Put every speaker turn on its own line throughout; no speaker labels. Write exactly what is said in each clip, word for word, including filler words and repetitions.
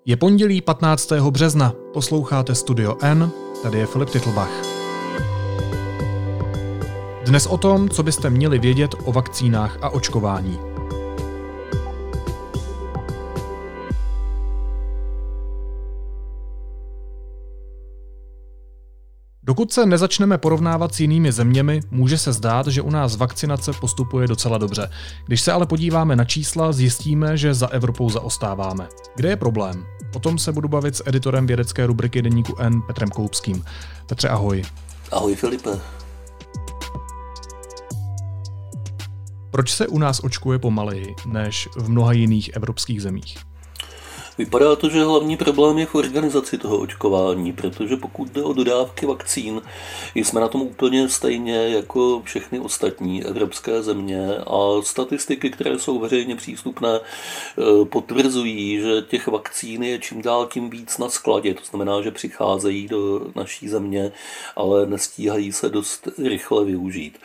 Je pondělí patnáctého března, posloucháte Studio N, tady je Filip Titlbach. Dnes o tom, co byste měli vědět o vakcínách a očkování. Dokud se nezačneme porovnávat s jinými zeměmi, může se zdát, že u nás vakcinace postupuje docela dobře. Když se ale podíváme na čísla, zjistíme, že za Evropou zaostáváme. Kde je problém? O tom se budu bavit s editorem vědecké rubriky Deníku N Petrem Koupským. Petře, ahoj.
Ahoj, Filipe.
Proč se u nás očkuje pomaleji než v mnoha jiných evropských zemích?
Vypadá to, že hlavní problém je v organizaci toho očkování, protože pokud jde o dodávky vakcín, jsme na tom úplně stejně jako všechny ostatní evropské země a statistiky, které jsou veřejně přístupné, potvrzují, že těch vakcín je čím dál tím víc na skladě, to znamená, že přicházejí do naší země, ale nestíhají se dost rychle využít.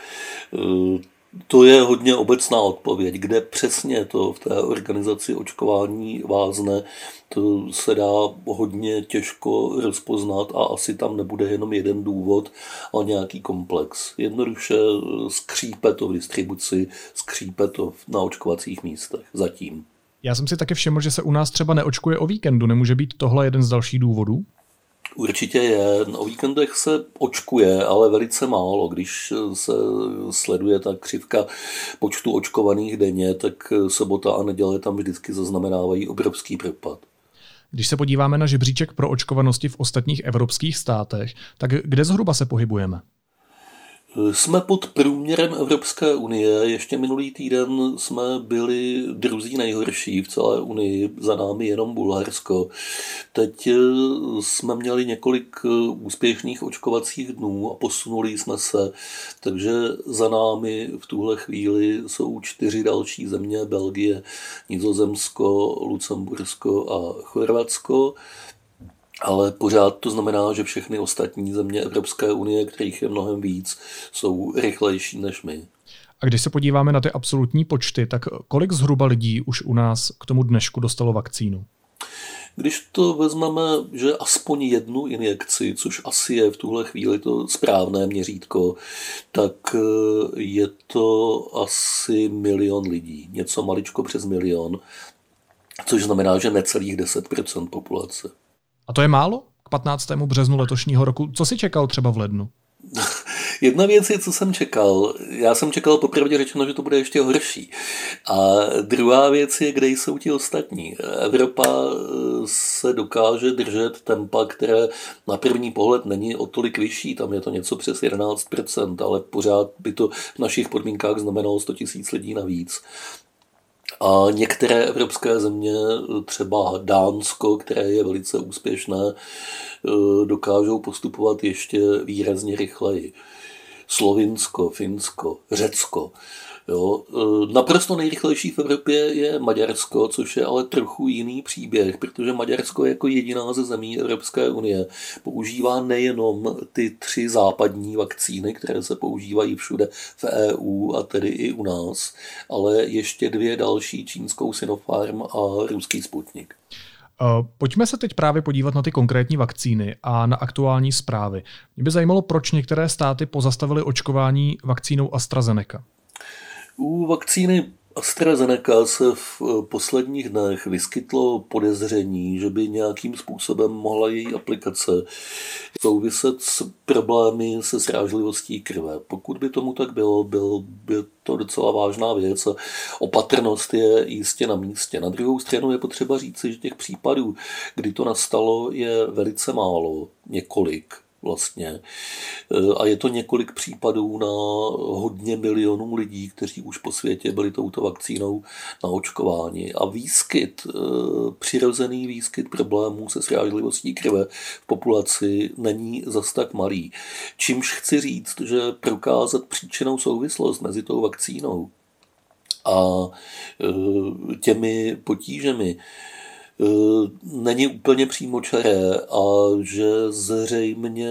To je hodně obecná odpověď. Kde přesně to v té organizaci očkování vázne, to se dá hodně těžko rozpoznat a asi tam nebude jenom jeden důvod, ale nějaký komplex. Jednoduše skřípe to v distribuci, skřípe to na očkovacích místech zatím.
Já jsem si taky všiml, že se u nás třeba neočkuje o víkendu. Nemůže být tohle jeden z dalších důvodů?
Určitě je. O víkendech se očkuje, ale velice málo. Když se sleduje ta křivka počtu očkovaných denně, tak sobota a neděle tam vždycky zaznamenávají obrovský propad.
Když se podíváme na žebříček pro očkovanosti v ostatních evropských státech, tak kde zhruba se pohybujeme?
Jsme pod průměrem Evropské unie. Ještě minulý týden jsme byli druzí nejhorší v celé unii, za námi jenom Bulharsko. Teď jsme měli několik úspěšných očkovacích dnů a posunuli jsme se, takže za námi v tuhle chvíli jsou čtyři další země: Belgie, Nizozemsko, Lucembursko a Chorvatsko. Ale pořád to znamená, že všechny ostatní země Evropské unie, kterých je mnohem víc, jsou rychlejší než my.
A když se podíváme na ty absolutní počty, tak kolik zhruba lidí už u nás k tomu dnešku dostalo vakcínu?
Když to vezmeme, že aspoň jednu injekci, což asi je v tuhle chvíli to správné měřítko, tak je to asi milion lidí, něco maličko přes milion, což znamená, že necelých deset procent populace.
A to je málo? K patnáctému březnu letošního roku. Co jsi čekal třeba v lednu?
Jedna věc je, co jsem čekal. Já jsem čekal popravdě řečeno, že to bude ještě horší. A druhá věc je, kde jsou ti ostatní. Evropa se dokáže držet tempa, které na první pohled není o tolik vyšší. Tam je to něco přes jedenáct procent, ale pořád by to v našich podmínkách znamenalo sto tisíc lidí navíc. A některé evropské země, třeba Dánsko, které je velice úspěšné, dokážou postupovat ještě výrazně rychleji. Slovinsko, Finsko, Řecko. Jo. Naprosto nejrychlejší v Evropě je Maďarsko, což je ale trochu jiný příběh, protože Maďarsko jako jediná ze zemí Evropské unie používá nejenom ty tři západní vakcíny, které se používají všude v E U a tedy i u nás, ale ještě dvě další, čínskou Sinopharm a ruský Sputnik.
Pojďme se teď právě podívat na ty konkrétní vakcíny a na aktuální zprávy. Mě by zajímalo, proč některé státy pozastavily očkování vakcínou AstraZeneca.
U vakcíny AstraZeneca se v posledních dnech vyskytlo podezření, že by nějakým způsobem mohla její aplikace souviset s problémy se srážlivostí krve. Pokud by tomu tak bylo, byl by to docela vážná věc a opatrnost je jistě na místě. Na druhou stranu je potřeba říci, že těch případů, kdy to nastalo, je velice málo, několik. Vlastně. A je to několik případů na hodně milionů lidí, kteří už po světě byli touto vakcínou naočkováni. A výskyt, přirozený výskyt problémů se srážlivostí krve v populaci není zas tak malý. Čímž chci říct, že prokázat příčinnou souvislost mezi tou vakcínou a těmi potížemi není úplně přímočaré a že zřejmě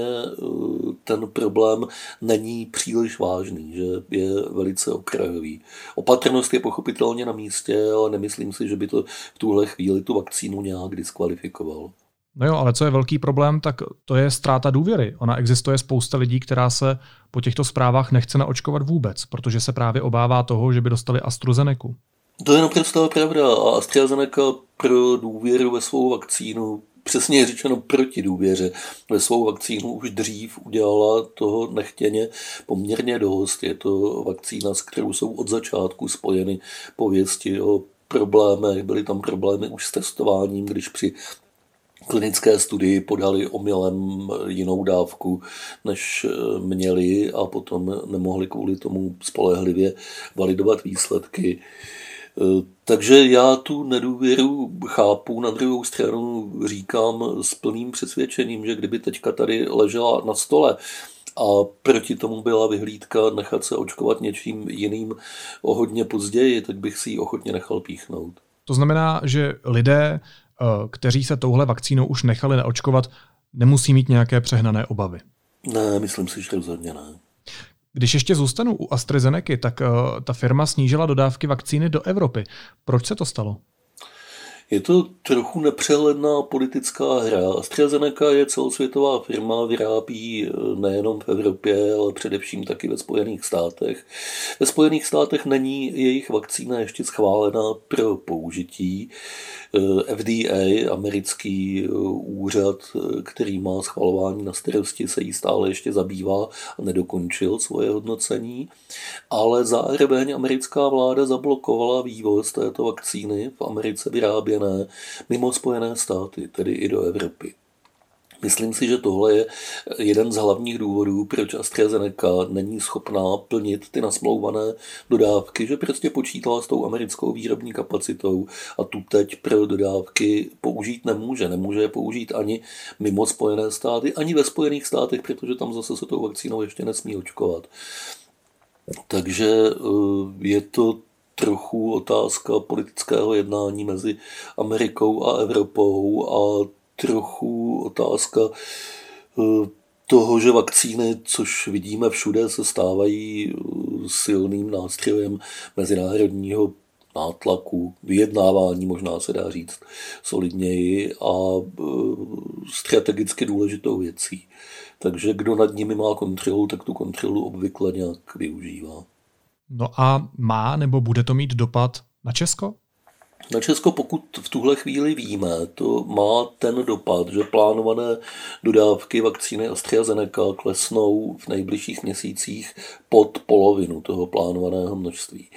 ten problém není příliš vážný, že je velice okrajový. Opatrnost je pochopitelně na místě, ale nemyslím si, že by to v tuhle chvíli tu vakcínu nějak diskvalifikoval.
No jo, ale co je velký problém, tak to je ztráta důvěry. Ona existuje spousta lidí, která se po těchto zprávách nechce naočkovat vůbec, protože se právě obává toho, že by dostali AstraZenecu.
To je naprosto pravda a AstraZeneca pro důvěru ve svou vakcínu, přesně řečeno proti důvěře, ve svou vakcínu už dřív udělala toho nechtěně poměrně dost. Je to vakcína, s kterou jsou od začátku spojeny pověsti o problémech. Byly tam problémy už s testováním, když při klinické studii podali omylem jinou dávku, než měli a potom nemohli kvůli tomu spolehlivě validovat výsledky. Takže já tu nedůvěru chápu, na druhou stranu říkám s plným přesvědčením, že kdyby teďka tady ležela na stole a proti tomu byla vyhlídka nechat se očkovat něčím jiným o hodně později, tak bych si ji ochotně nechal píchnout.
To znamená, že lidé, kteří se touhle vakcínou už nechali naočkovat, nemusí mít nějaké přehnané obavy?
Ne, myslím si, že rozhodně ne.
Když ještě zůstanu u AstraZenecy, tak uh, ta firma snížila dodávky vakcíny do Evropy. Proč se to stalo?
Je to trochu nepřehledná politická hra. AstraZeneca je celosvětová firma, vyrábí nejenom v Evropě, ale především taky ve Spojených státech. Ve Spojených státech není jejich vakcína ještě schválena pro použití. F D A, americký úřad, který má schvalování na starosti, se jí stále ještě zabývá a nedokončil svoje hodnocení, ale zároveň americká vláda zablokovala vývoz této vakcíny v Americe vyráběné mimo Spojené státy, tedy i do Evropy. Myslím si, že tohle je jeden z hlavních důvodů, proč AstraZeneca není schopná plnit ty nasmlouvané dodávky, že prostě počítala s tou americkou výrobní kapacitou a tu teď pro dodávky použít nemůže. Nemůže je použít ani mimo Spojené státy, ani ve Spojených státech, protože tam zase se tou vakcínou ještě nesmí očkovat. Takže je to trochu otázka politického jednání mezi Amerikou a Evropou a trochu otázka toho, že vakcíny, což vidíme všude, se stávají silným nástrojem mezinárodního nátlaku, vyjednávání, možná se dá říct solidněji, a strategicky důležitou věcí. Takže kdo nad nimi má kontrolu, tak tu kontrolu obvykle nějak využívá.
No a má nebo bude to mít dopad na Česko?
Na Česko, pokud v tuhle chvíli víme, to má ten dopad, že plánované dodávky vakcíny AstraZeneca klesnou v nejbližších měsících pod polovinu toho plánovaného množství,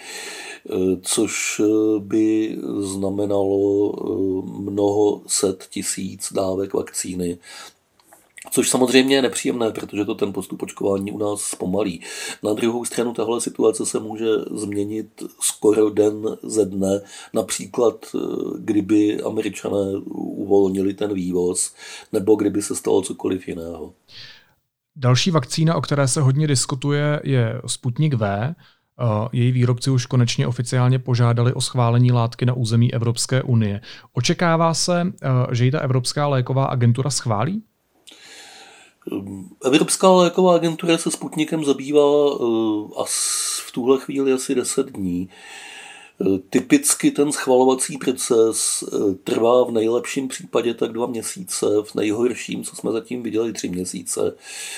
což by znamenalo mnoho set tisíc dávek vakcíny, což samozřejmě je nepříjemné, protože to ten postup očkování u nás zpomalí. Na druhou stranu tahle situace se může změnit skoro den ze dne, například kdyby Američané uvolnili ten vývoz, nebo kdyby se stalo cokoliv jiného.
Další vakcína, o které se hodně diskutuje, je Sputnik V. Její výrobci už konečně oficiálně požádali o schválení látky na území Evropské unie. Očekává se, že ji ta Evropská léková agentura schválí?
Evropská léková agentura se Sputnikem zabývá v tuhle chvíli asi deset dní. Typicky ten schvalovací proces trvá v nejlepším případě tak dva měsíce, v nejhorším, co jsme zatím viděli, tři měsíce.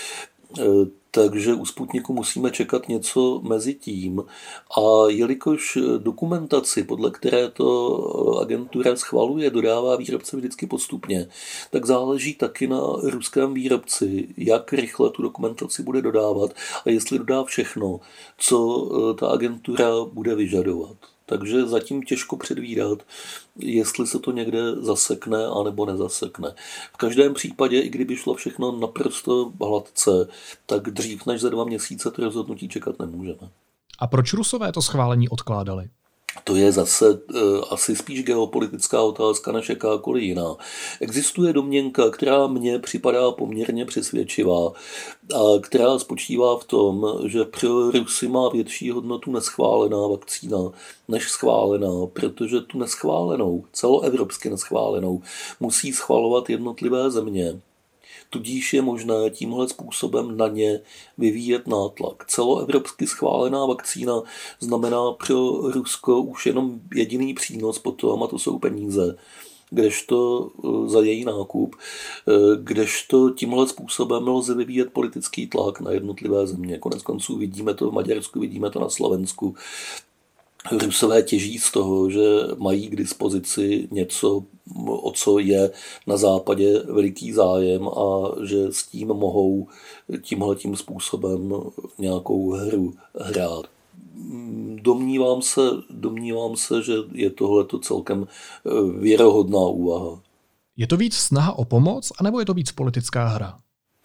Takže u Sputniku musíme čekat něco mezi tím. A jelikož dokumentaci, podle které to agentura schvaluje, dodává výrobce vždycky postupně, tak záleží taky na ruském výrobci, jak rychle tu dokumentaci bude dodávat a jestli dodá všechno, co ta agentura bude vyžadovat. Takže zatím těžko předvídat, jestli se to někde zasekne anebo nezasekne. V každém případě, i kdyby šlo všechno naprosto hladce, tak dřív než za dva měsíce to rozhodnutí čekat nemůžeme.
A proč Rusové to schválení odkládali?
To je zase uh, asi spíš geopolitická otázka než jakákoliv jiná. Existuje domněnka, která mně připadá poměrně přesvědčivá a která spočívá v tom, že pro Rusy má větší hodnotu neschválená vakcína než schválená, protože tu neschválenou, celoevropsky neschválenou, musí schvalovat jednotlivé země. Tudíž je možné tímhle způsobem na ně vyvíjet nátlak. Celoevropsky schválená vakcína znamená pro Rusko už jenom jediný přínos potom, a to jsou peníze, kdežto za její nákup, kdežto tímhle způsobem lze vyvíjet politický tlak na jednotlivé země. Konec konců vidíme to v Maďarsku, vidíme to na Slovensku. Rusové těží z toho, že mají k dispozici něco, o co je na západě veliký zájem a že s tím mohou tímhletím způsobem nějakou hru hrát. Domnívám se, domnívám se, že je tohleto celkem věrohodná úvaha.
Je to víc snaha o pomoc, anebo je to víc politická hra?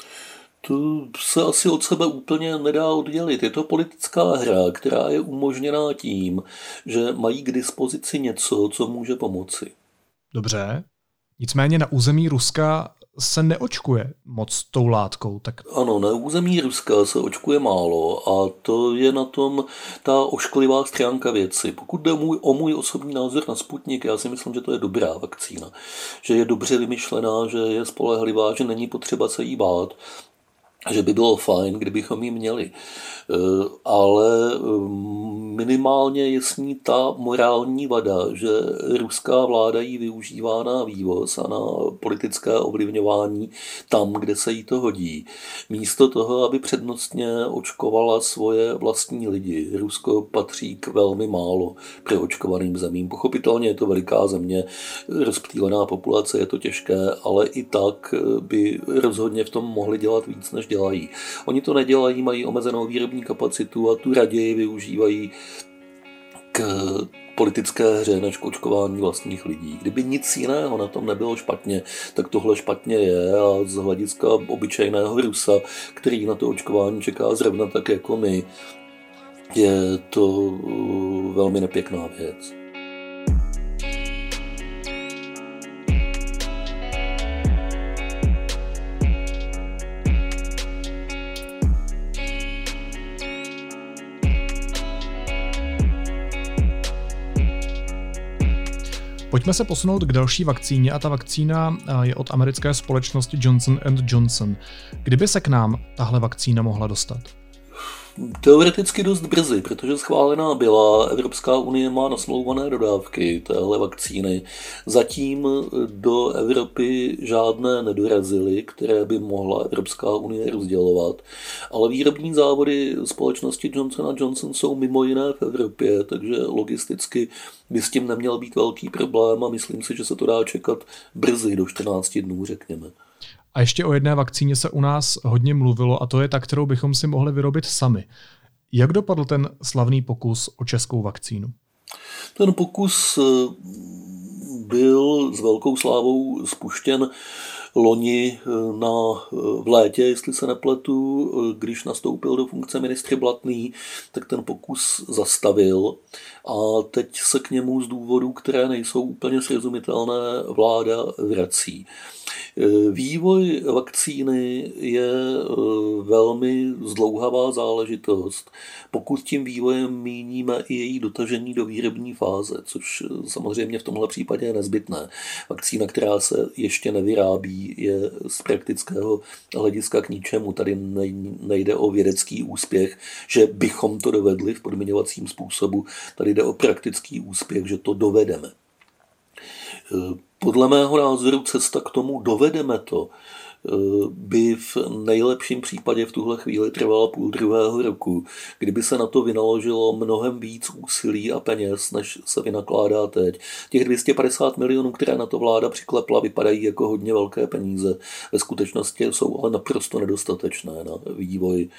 To se asi od sebe úplně nedá oddělit. Je to politická hra, která je umožněná tím, že mají k dispozici něco, co může pomoci.
Dobře. Nicméně na území Ruska se neočkuje moc tou látkou. Tak...
Ano, na území Ruska se očkuje málo a to je na tom ta ošklivá stránka věci. Pokud jde můj, o můj osobní názor na Sputnik, já si myslím, že to je dobrá vakcína. Že je dobře vymyšlená, že je spolehlivá, že není potřeba se jí bát. Že by bylo fajn, kdybychom ji měli. Ale minimálně je s ní ta morální vada, že ruská vláda ji využívá na vývoz a na politické ovlivňování tam, kde se jí to hodí. Místo toho, aby přednostně očkovala svoje vlastní lidi. Rusko patří k velmi málo preočkovaným zemím. Pochopitelně je to veliká země, rozptýlená populace, je to těžké, ale i tak by rozhodně v tom mohli dělat víc, než dělají. Oni to nedělají, mají omezenou výrobní kapacitu a tu raději využívají k politické hře než k očkování vlastních lidí. Kdyby nic jiného na tom nebylo špatně, tak tohle špatně je a z hlediska obyčejného Rusa, který na to očkování čeká zrovna tak jako my, je to velmi nepěkná věc.
Pojďme se posunout k další vakcíně a ta vakcína je od americké společnosti Johnson and Johnson. Kdyby se k nám tahle vakcína mohla dostat?
Teoreticky dost brzy, protože schválená byla, Evropská unie má nasmlouvané dodávky téhle vakcíny. Zatím do Evropy žádné nedorazily, které by mohla Evropská unie rozdělovat. Ale výrobní závody společnosti Johnson and Johnson jsou mimo jiné v Evropě, takže logisticky by s tím neměl být velký problém a myslím si, že se to dá čekat brzy, do čtrnáct dnů, řekněme.
A ještě o jedné vakcíně se u nás hodně mluvilo a to je ta, kterou bychom si mohli vyrobit sami. Jak dopadl ten slavný pokus o českou vakcínu?
Ten pokus byl s velkou slávou spuštěn loni na, v létě, jestli se nepletu, když nastoupil do funkce ministr Blatný, tak ten pokus zastavil a teď se k němu z důvodů, které nejsou úplně srozumitelné, vláda vrací. Vývoj vakcíny je velmi zdlouhavá záležitost, pokud tím vývojem míníme i její dotažení do výrobní fáze, což samozřejmě v tomhle případě je nezbytné. Vakcína, která se ještě nevyrábí, je z praktického hlediska k ničemu. Tady nejde o vědecký úspěch, že bychom to dovedli v podmiňovacím způsobu. Tady jde o praktický úspěch, že to dovedeme. Podle mého názoru cesta k tomu dovedeme to by v nejlepším případě v tuhle chvíli trvala půl druhého roku, kdyby se na to vynaložilo mnohem víc úsilí a peněz, než se vynakládá teď. Těch dvě stě padesát milionů, které na to vláda přiklepla, vypadají jako hodně velké peníze. Ve skutečnosti jsou ale naprosto nedostatečné na vývoj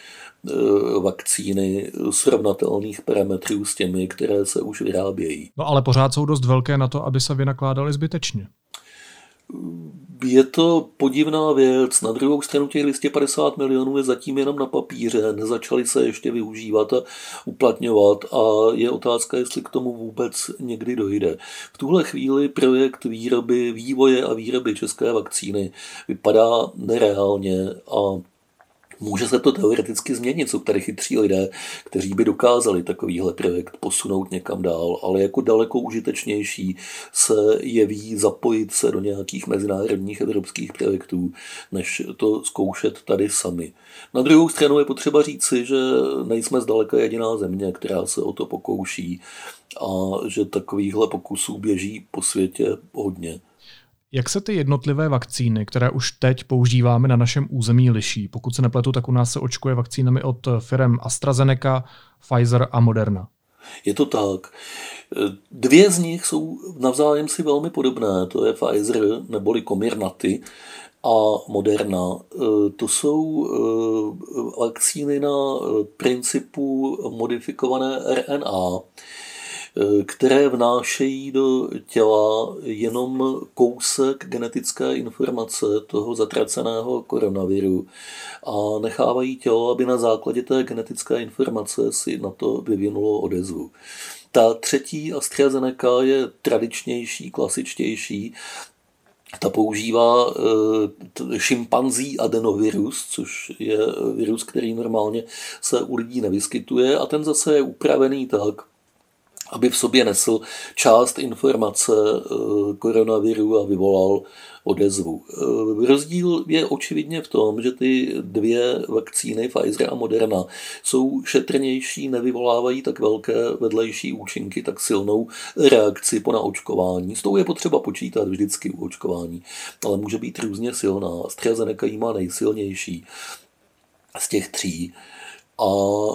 vakcíny srovnatelných parametrů s těmi, které se už vyrábějí.
No ale pořád jsou dost velké na to, aby se vynakládaly zbytečně.
Je to podivná věc. Na druhou stranu těch dvě stě padesát milionů je zatím jenom na papíře, nezačaly se ještě využívat a uplatňovat a je otázka, jestli k tomu vůbec někdy dojde. V tuhle chvíli projekt výroby, vývoje a výroby české vakcíny vypadá nereálně a může se to teoreticky změnit, jsou tady chytří lidé, kteří by dokázali takovýhle projekt posunout někam dál, ale jako daleko užitečnější se jeví zapojit se do nějakých mezinárodních evropských projektů, než to zkoušet tady sami. Na druhou stranu je potřeba říci, že nejsme zdaleka jediná země, která se o to pokouší a že takovýchhle pokusů běží po světě hodně.
Jak se ty jednotlivé vakcíny, které už teď používáme na našem území, liší? Pokud se nepletu, tak u nás se očkuje vakcínami od firem AstraZeneca, Pfizer a Moderna.
Je to tak. Dvě z nich jsou navzájem si velmi podobné. To je Pfizer neboli Comirnaty a Moderna. To jsou vakcíny na principu modifikované R N A, které vnášejí do těla jenom kousek genetické informace toho zatraceného koronaviru a nechávají tělo, aby na základě té genetické informace si na to vyvinulo odezvu. Ta třetí AstraZeneca je tradičnější, klasičtější. Ta používá šimpanzí adenovirus, což je virus, který normálně se u lidí nevyskytuje a ten zase je upravený tak, aby v sobě nesl část informace koronaviru a vyvolal odezvu. Rozdíl je očividně v tom, že ty dvě vakcíny, Pfizer a Moderna, jsou šetrnější, nevyvolávají tak velké vedlejší účinky, tak silnou reakci po naočkování. S tou je potřeba počítat vždycky u očkování, ale může být různě silná. AstraZeneca jí má nejsilnější z těch tří. A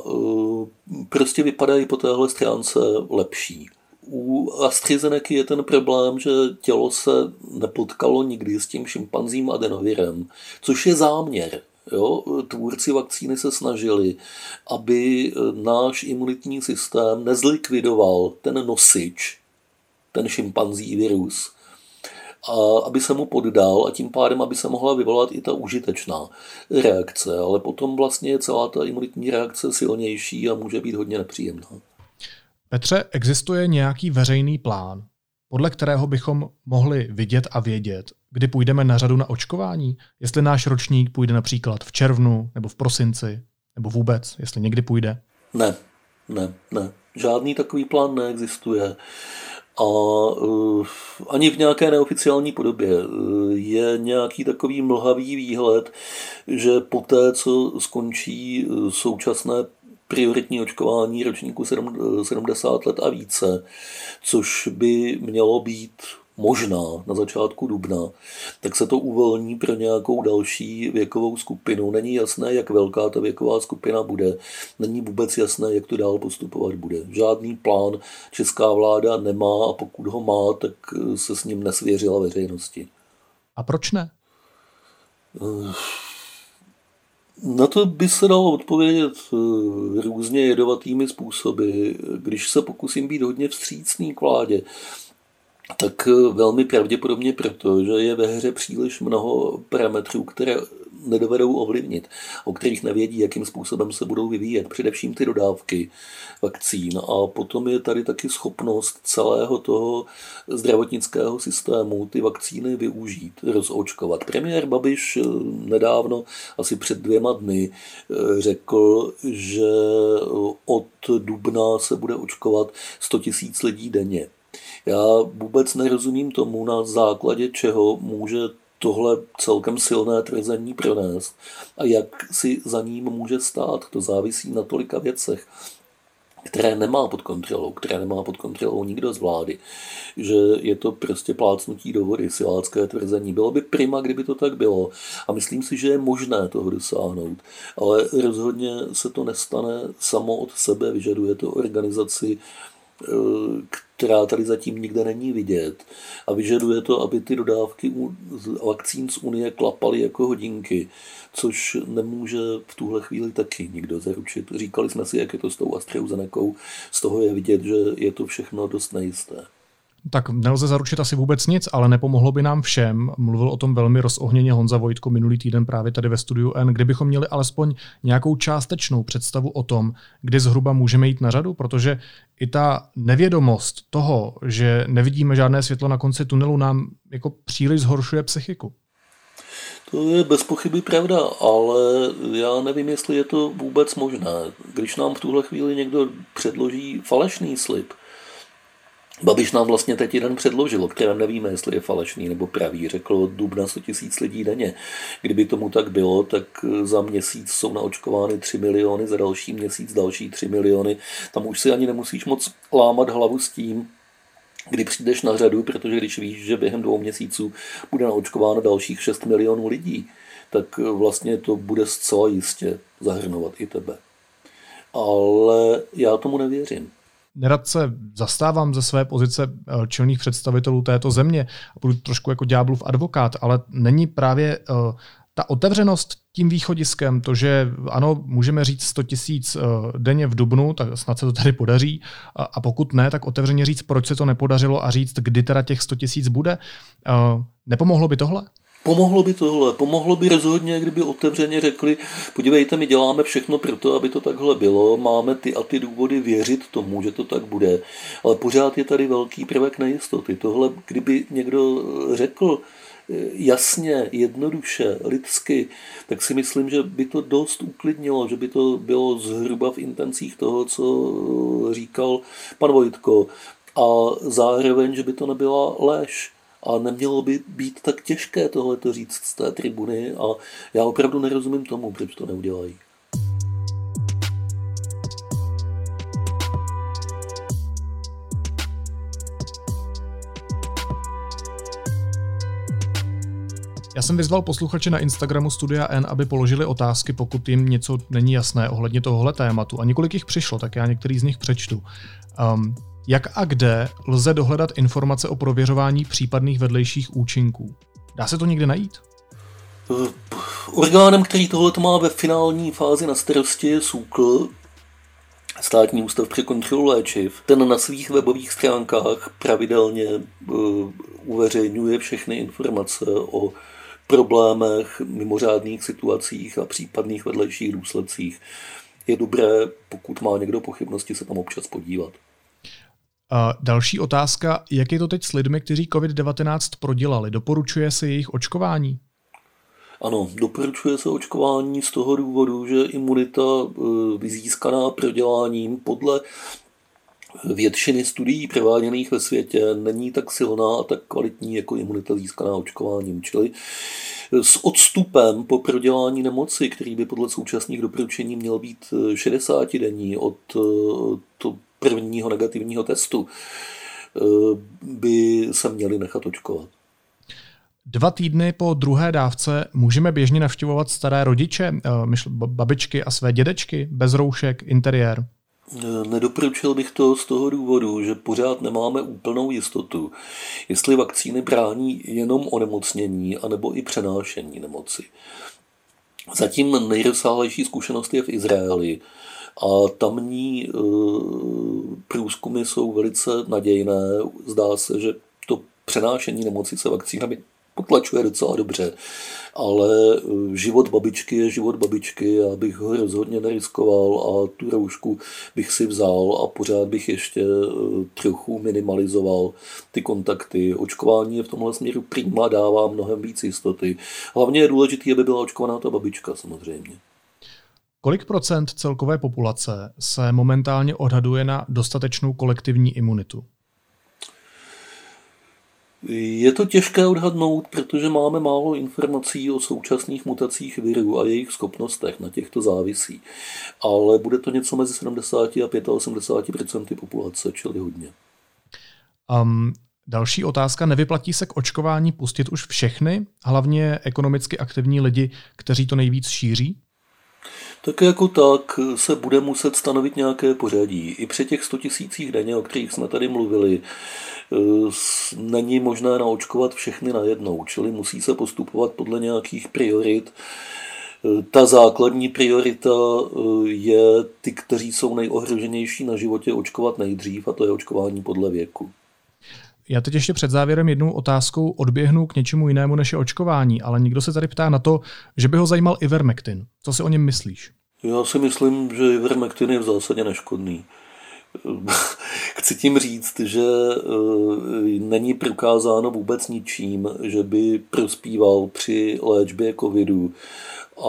prostě vypadají po téhle stránce lepší. U AstraZeneca je ten problém, že tělo se nepotkalo nikdy s tím šimpanzím adenovirem, což je záměr. Jo? Tvůrci vakcíny se snažili, aby náš imunitní systém nezlikvidoval ten nosič, ten šimpanzí virus, a aby se mu poddal a tím pádem, aby se mohla vyvolat i ta užitečná reakce. Ale potom vlastně je celá ta imunitní reakce silnější a může být hodně nepříjemná.
Petře, existuje nějaký veřejný plán, podle kterého bychom mohli vidět a vědět, kdy půjdeme na řadu na očkování? Jestli náš ročník půjde například v červnu nebo v prosinci, nebo vůbec, jestli někdy půjde?
Ne, ne, ne. Žádný takový plán neexistuje. A uh, ani v nějaké neoficiální podobě. Je nějaký takový mlhavý výhled, že poté, co skončí současné prioritní očkování ročníku sedmdesát let a více, což by mělo být možná na začátku dubna, tak se to uvolní pro nějakou další věkovou skupinu. Není jasné, jak velká ta věková skupina bude. Není vůbec jasné, jak to dál postupovat bude. Žádný plán česká vláda nemá a pokud ho má, tak se s ním nesvěřila veřejnosti.
A proč ne?
Na to by se dalo odpovědět různě jedovatými způsoby. Když se pokusím být hodně vstřícný k vládě, tak velmi pravděpodobně proto, že je ve hře příliš mnoho parametrů, které nedovedou ovlivnit, o kterých nevědí, jakým způsobem se budou vyvíjet, především ty dodávky vakcín. A potom je tady taky schopnost celého toho zdravotnického systému ty vakcíny využít, rozočkovat. Premiér Babiš nedávno, asi před dvěma dny, řekl, že od dubna se bude očkovat sto tisíc lidí denně. Já vůbec nerozumím tomu, na základě čeho může tohle celkem silné tvrzení pronést a jak si za ním může stát. To závisí na tolika věcech, které nemá pod kontrolou, které nemá pod kontrolou nikdo z vlády, že je to prostě plácnutí do vody, silácké tvrzení. Bylo by prima, kdyby to tak bylo a myslím si, že je možné toho dosáhnout, ale rozhodně se to nestane samo od sebe, vyžaduje to organizaci, která tady zatím nikde není vidět a vyžaduje to, aby ty dodávky vakcín z Unie klapaly jako hodinky, což nemůže v tuhle chvíli taky nikdo zaručit. Říkali jsme si, jak je to s tou AstraZenecou, z toho je vidět, že je to všechno dost nejisté.
Tak nelze zaručit asi vůbec nic, ale nepomohlo by nám všem. Mluvil o tom velmi rozohněně Honza Vojtko minulý týden právě tady ve Studiu N, kdybychom měli alespoň nějakou částečnou představu o tom, kdy zhruba můžeme jít na řadu, protože i ta nevědomost toho, že nevidíme žádné světlo na konci tunelu, nám jako příliš zhoršuje psychiku.
To je bez pochyby pravda, ale já nevím, jestli je to vůbec možné. Když nám v tuhle chvíli někdo předloží falešný slib, Babiš nám vlastně teď jeden předložil, o kterém nevíme, jestli je falešný nebo pravý. Řekl od dubna sto tisíc lidí denně. Kdyby tomu tak bylo, tak za měsíc jsou naočkovány tři miliony, za další měsíc další tři miliony. Tam už si ani nemusíš moc lámat hlavu s tím, kdy přijdeš na řadu, protože když víš, že během dvou měsíců bude naočkováno dalších šest milionů lidí, tak vlastně to bude zcela jistě zahrnovat i tebe. Ale já tomu nevěřím.
Nerad se zastávám ze své pozice čelných představitelů této země a budu trošku jako ďáblův advokát, ale není právě uh, ta otevřenost tím východiskem, to, že ano, můžeme říct sto tisíc uh, denně v dubnu, tak snad se to tady podaří, a, a pokud ne, tak otevřeně říct, proč se to nepodařilo a říct, kdy teda těch sto tisíc bude. Uh, nepomohlo by tohle?
Pomohlo by tohle, pomohlo by rozhodně, kdyby otevřeně řekli, podívejte, my děláme všechno pro to, aby to takhle bylo, máme ty a ty důvody věřit tomu, že to tak bude, ale pořád je tady velký prvek nejistoty. Tohle, kdyby někdo řekl jasně, jednoduše, lidsky, tak si myslím, že by to dost uklidnilo, že by to bylo zhruba v intencích toho, co říkal pan Vojtko, a zároveň, že by to nebyla lež. A nemělo by být tak těžké tohleto říct z té tribuny a já opravdu nerozumím tomu, proč to neudělají.
Já jsem vyzval posluchače na Instagramu Studia N, aby položili otázky, pokud jim něco není jasné ohledně tohohle tématu. A několik jich přišlo, tak já některý z nich přečtu. Um, Jak a kde lze dohledat informace o prověřování případných vedlejších účinků? Dá se to někde najít?
Orgánem, který tohle má ve finální fázi na starosti, je SÚKL, Státní ústav pro kontrolu léčiv. Ten na svých webových stránkách pravidelně uveřejňuje všechny informace o problémech, mimořádných situacích a případných vedlejších důsledcích. Je dobré, pokud má někdo pochybnosti, se tam občas podívat.
A další otázka, jak je to teď s lidmi, kteří covid devatenáct prodělali? Doporučuje se jejich očkování?
Ano, doporučuje se očkování z toho důvodu, že imunita získaná proděláním podle většiny studií prováděných ve světě není tak silná a tak kvalitní jako imunita získaná očkováním. Čili s odstupem po prodělání nemoci, který by podle současných doporučení měl být šedesátidenní od to prvního negativního testu, by se měli nechat očkovat.
Dva týdny po druhé dávce můžeme běžně navštěvovat staré rodiče, babičky a své dědečky, bez roušek, interiér?
Nedoporučil bych to z toho důvodu, že pořád nemáme úplnou jistotu, jestli vakcíny brání jenom onemocnění anebo i přenášení nemoci. Zatím nejrozsáhlejší zkušenost je v Izraeli a tamní průzkumy jsou velice nadějné. Zdá se, že to přenášení nemoci se vakcínami potlačuje docela dobře, ale život babičky je život babičky, já bych ho rozhodně neriskoval a tu roušku bych si vzal a pořád bych ještě trochu minimalizoval ty kontakty. Očkování je v tomhle směru prima, dává mnohem víc jistoty. Hlavně je důležité, aby byla očkovaná ta babička samozřejmě.
Kolik procent celkové populace se momentálně odhaduje na dostatečnou kolektivní imunitu?
Je to těžké odhadnout, protože máme málo informací o současných mutacích viru a jejich schopnostech, na těchto závisí. Ale bude to něco mezi sedmdesát a osmdesát pět procent populace, čili hodně.
Um, další otázka. Nevyplatí se k očkování pustit už všechny, hlavně ekonomicky aktivní lidi, kteří to nejvíc šíří?
Tak jako tak se bude muset stanovit nějaké pořadí. I při těch sto tisících denně, o kterých jsme tady mluvili, není možné naočkovat všechny najednou, čili musí se postupovat podle nějakých priorit. Ta základní priorita je ty, kteří jsou nejohroženější na životě, očkovat nejdřív, a to je očkování podle věku.
Já teď ještě před závěrem jednou otázkou odběhnu k něčemu jinému než je očkování, ale někdo se tady ptá na to, že by ho zajímal Ivermectin. Co si o něm myslíš?
Já si myslím, že Ivermectin je v zásadě neškodný. Chci tím říct, že není prokázáno vůbec ničím, že by prospíval při léčbě covidu a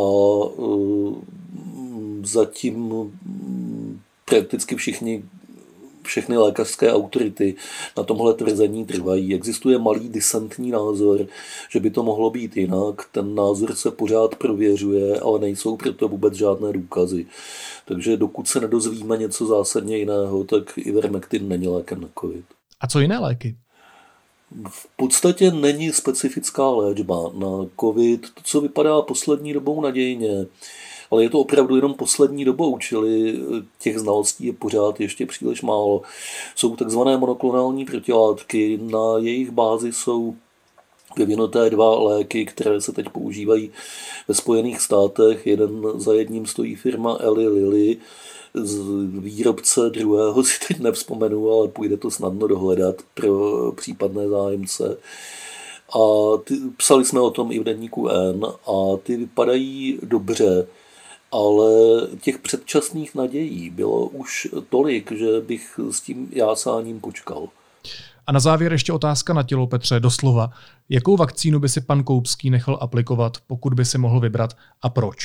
zatím prakticky všichni všechny lékařské autority na tomhle tvrzení trvají. Existuje malý disentní názor, že by to mohlo být jinak. Ten názor se pořád prověřuje, ale nejsou proto vůbec žádné důkazy. Takže dokud se nedozvíme něco zásadně jiného, tak Ivermectin není lékem na covid.
A co jiné léky?
V podstatě není specifická léčba na covid. To, co vypadá poslední dobou nadějně, ale je to opravdu jenom poslední dobou, čili těch znalostí je pořád ještě příliš málo. Jsou takzvané monoklonální protilátky, na jejich bázi jsou vyvinuté dva léky, které se teď používají ve Spojených státech. Jeden za jedním stojí firma Eli Lilly, z výrobce druhého si teď nevzpomenu, ale půjde to snadno dohledat pro případné zájemce. A ty, psali jsme o tom i v deníku N a ty vypadají dobře, ale těch předčasných nadějí bylo už tolik, že bych s tím jásáním počkal.
A na závěr ještě otázka na tělo, Petře, doslova. Jakou vakcínu by si pan Koupský nechal aplikovat, pokud by si mohl vybrat a proč?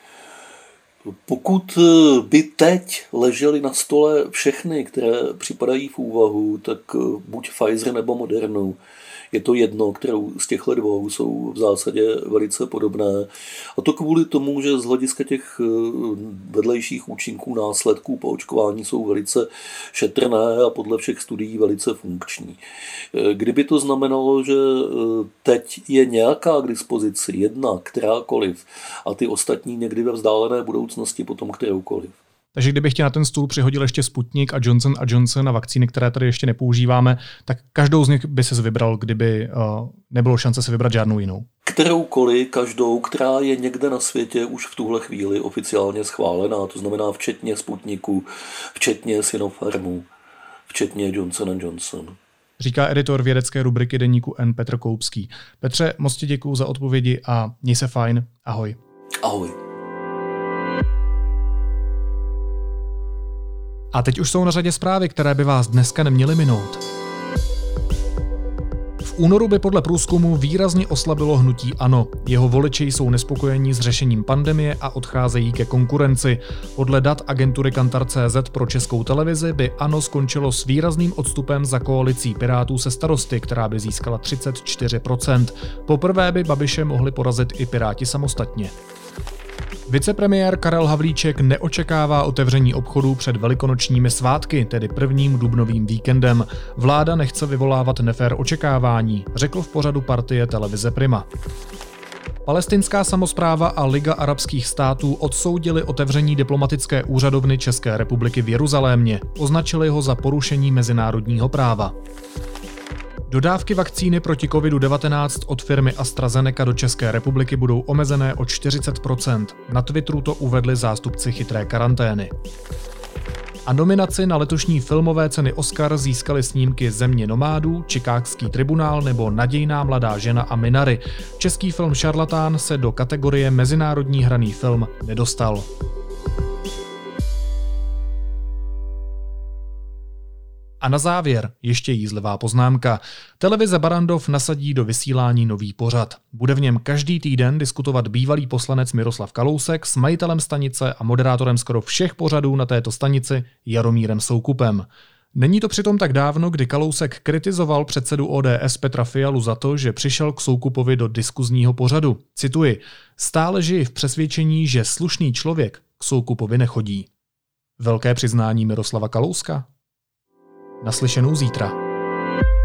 Pokud by teď ležely na stole všechny, které připadají v úvahu, tak buď Pfizer nebo Modernu. Je to jedno, kterou z těchto dvou jsou v zásadě velice podobné. A to kvůli tomu, že z hlediska těch vedlejších účinků následků po očkování jsou velice šetrné a podle všech studií velice funkční. Kdyby to znamenalo, že teď je nějaká k dispozici jedna, kterákoliv, a ty ostatní někdy ve vzdálené budoucnosti potom kteroukoliv.
Takže kdybych tě na ten stůl přihodil ještě Sputnik a Johnson and Johnson a vakcíny, které tady ještě nepoužíváme, tak každou z nich by ses vybral, kdyby uh, nebylo šance si vybrat žádnou jinou.
Kteroukoliv, každou, která je někde na světě už v tuhle chvíli oficiálně schválená, to znamená včetně Sputniku, včetně Sinopharmu, včetně Johnson and Johnson.
Říká editor vědecké rubriky deníku N Petr Koupský. Petře, moc ti děkuju za odpovědi a měj se fajn. Ahoj.
Ahoj.
A teď už jsou na řadě zprávy, které by vás dneska neměly minout. V únoru by podle průzkumu výrazně oslabilo hnutí ANO. Jeho voliči jsou nespokojení s řešením pandemie a odcházejí ke konkurenci. Podle dat agentury Kantar tečka cé zet pro Českou televizi by ANO skončilo s výrazným odstupem za koalicí Pirátů se Starosty, která by získala třicet čtyři procent. Poprvé by Babiše mohli porazit i Piráti samostatně. Vicepremiér Karel Havlíček neočekává otevření obchodů před velikonočními svátky, tedy prvním dubnovým víkendem. Vláda nechce vyvolávat nefér očekávání, řekl v pořadu partie televize Prima. Palestinská samospráva a Liga arabských států odsoudili otevření diplomatické úřadovny České republiky v Jeruzalémě. Označili ho za porušení mezinárodního práva. Dodávky vakcíny proti kovidu devatenáct od firmy AstraZeneca do České republiky budou omezené o čtyřicet procent. Na Twitteru to uvedli zástupci chytré karantény. A nominaci na letošní filmové ceny Oscar získaly snímky Země nomádů, Chicagský tribunál nebo Nadějná mladá žena a Minary. Český film Šarlatán se do kategorie mezinárodní hraný film nedostal. A na závěr ještě jízlivá poznámka. Televize Barrandov nasadí do vysílání nový pořad. Bude v něm každý týden diskutovat bývalý poslanec Miroslav Kalousek s majitelem stanice a moderátorem skoro všech pořadů na této stanici Jaromírem Soukupem. Není to přitom tak dávno, kdy Kalousek kritizoval předsedu O D S Petra Fialu za to, že přišel k Soukupovi do diskuzního pořadu. Cituji: stále žiji v přesvědčení, že slušný člověk k Soukupovi nechodí. Velké přiznání Miroslava Kalouska? Naslyšenou zítra.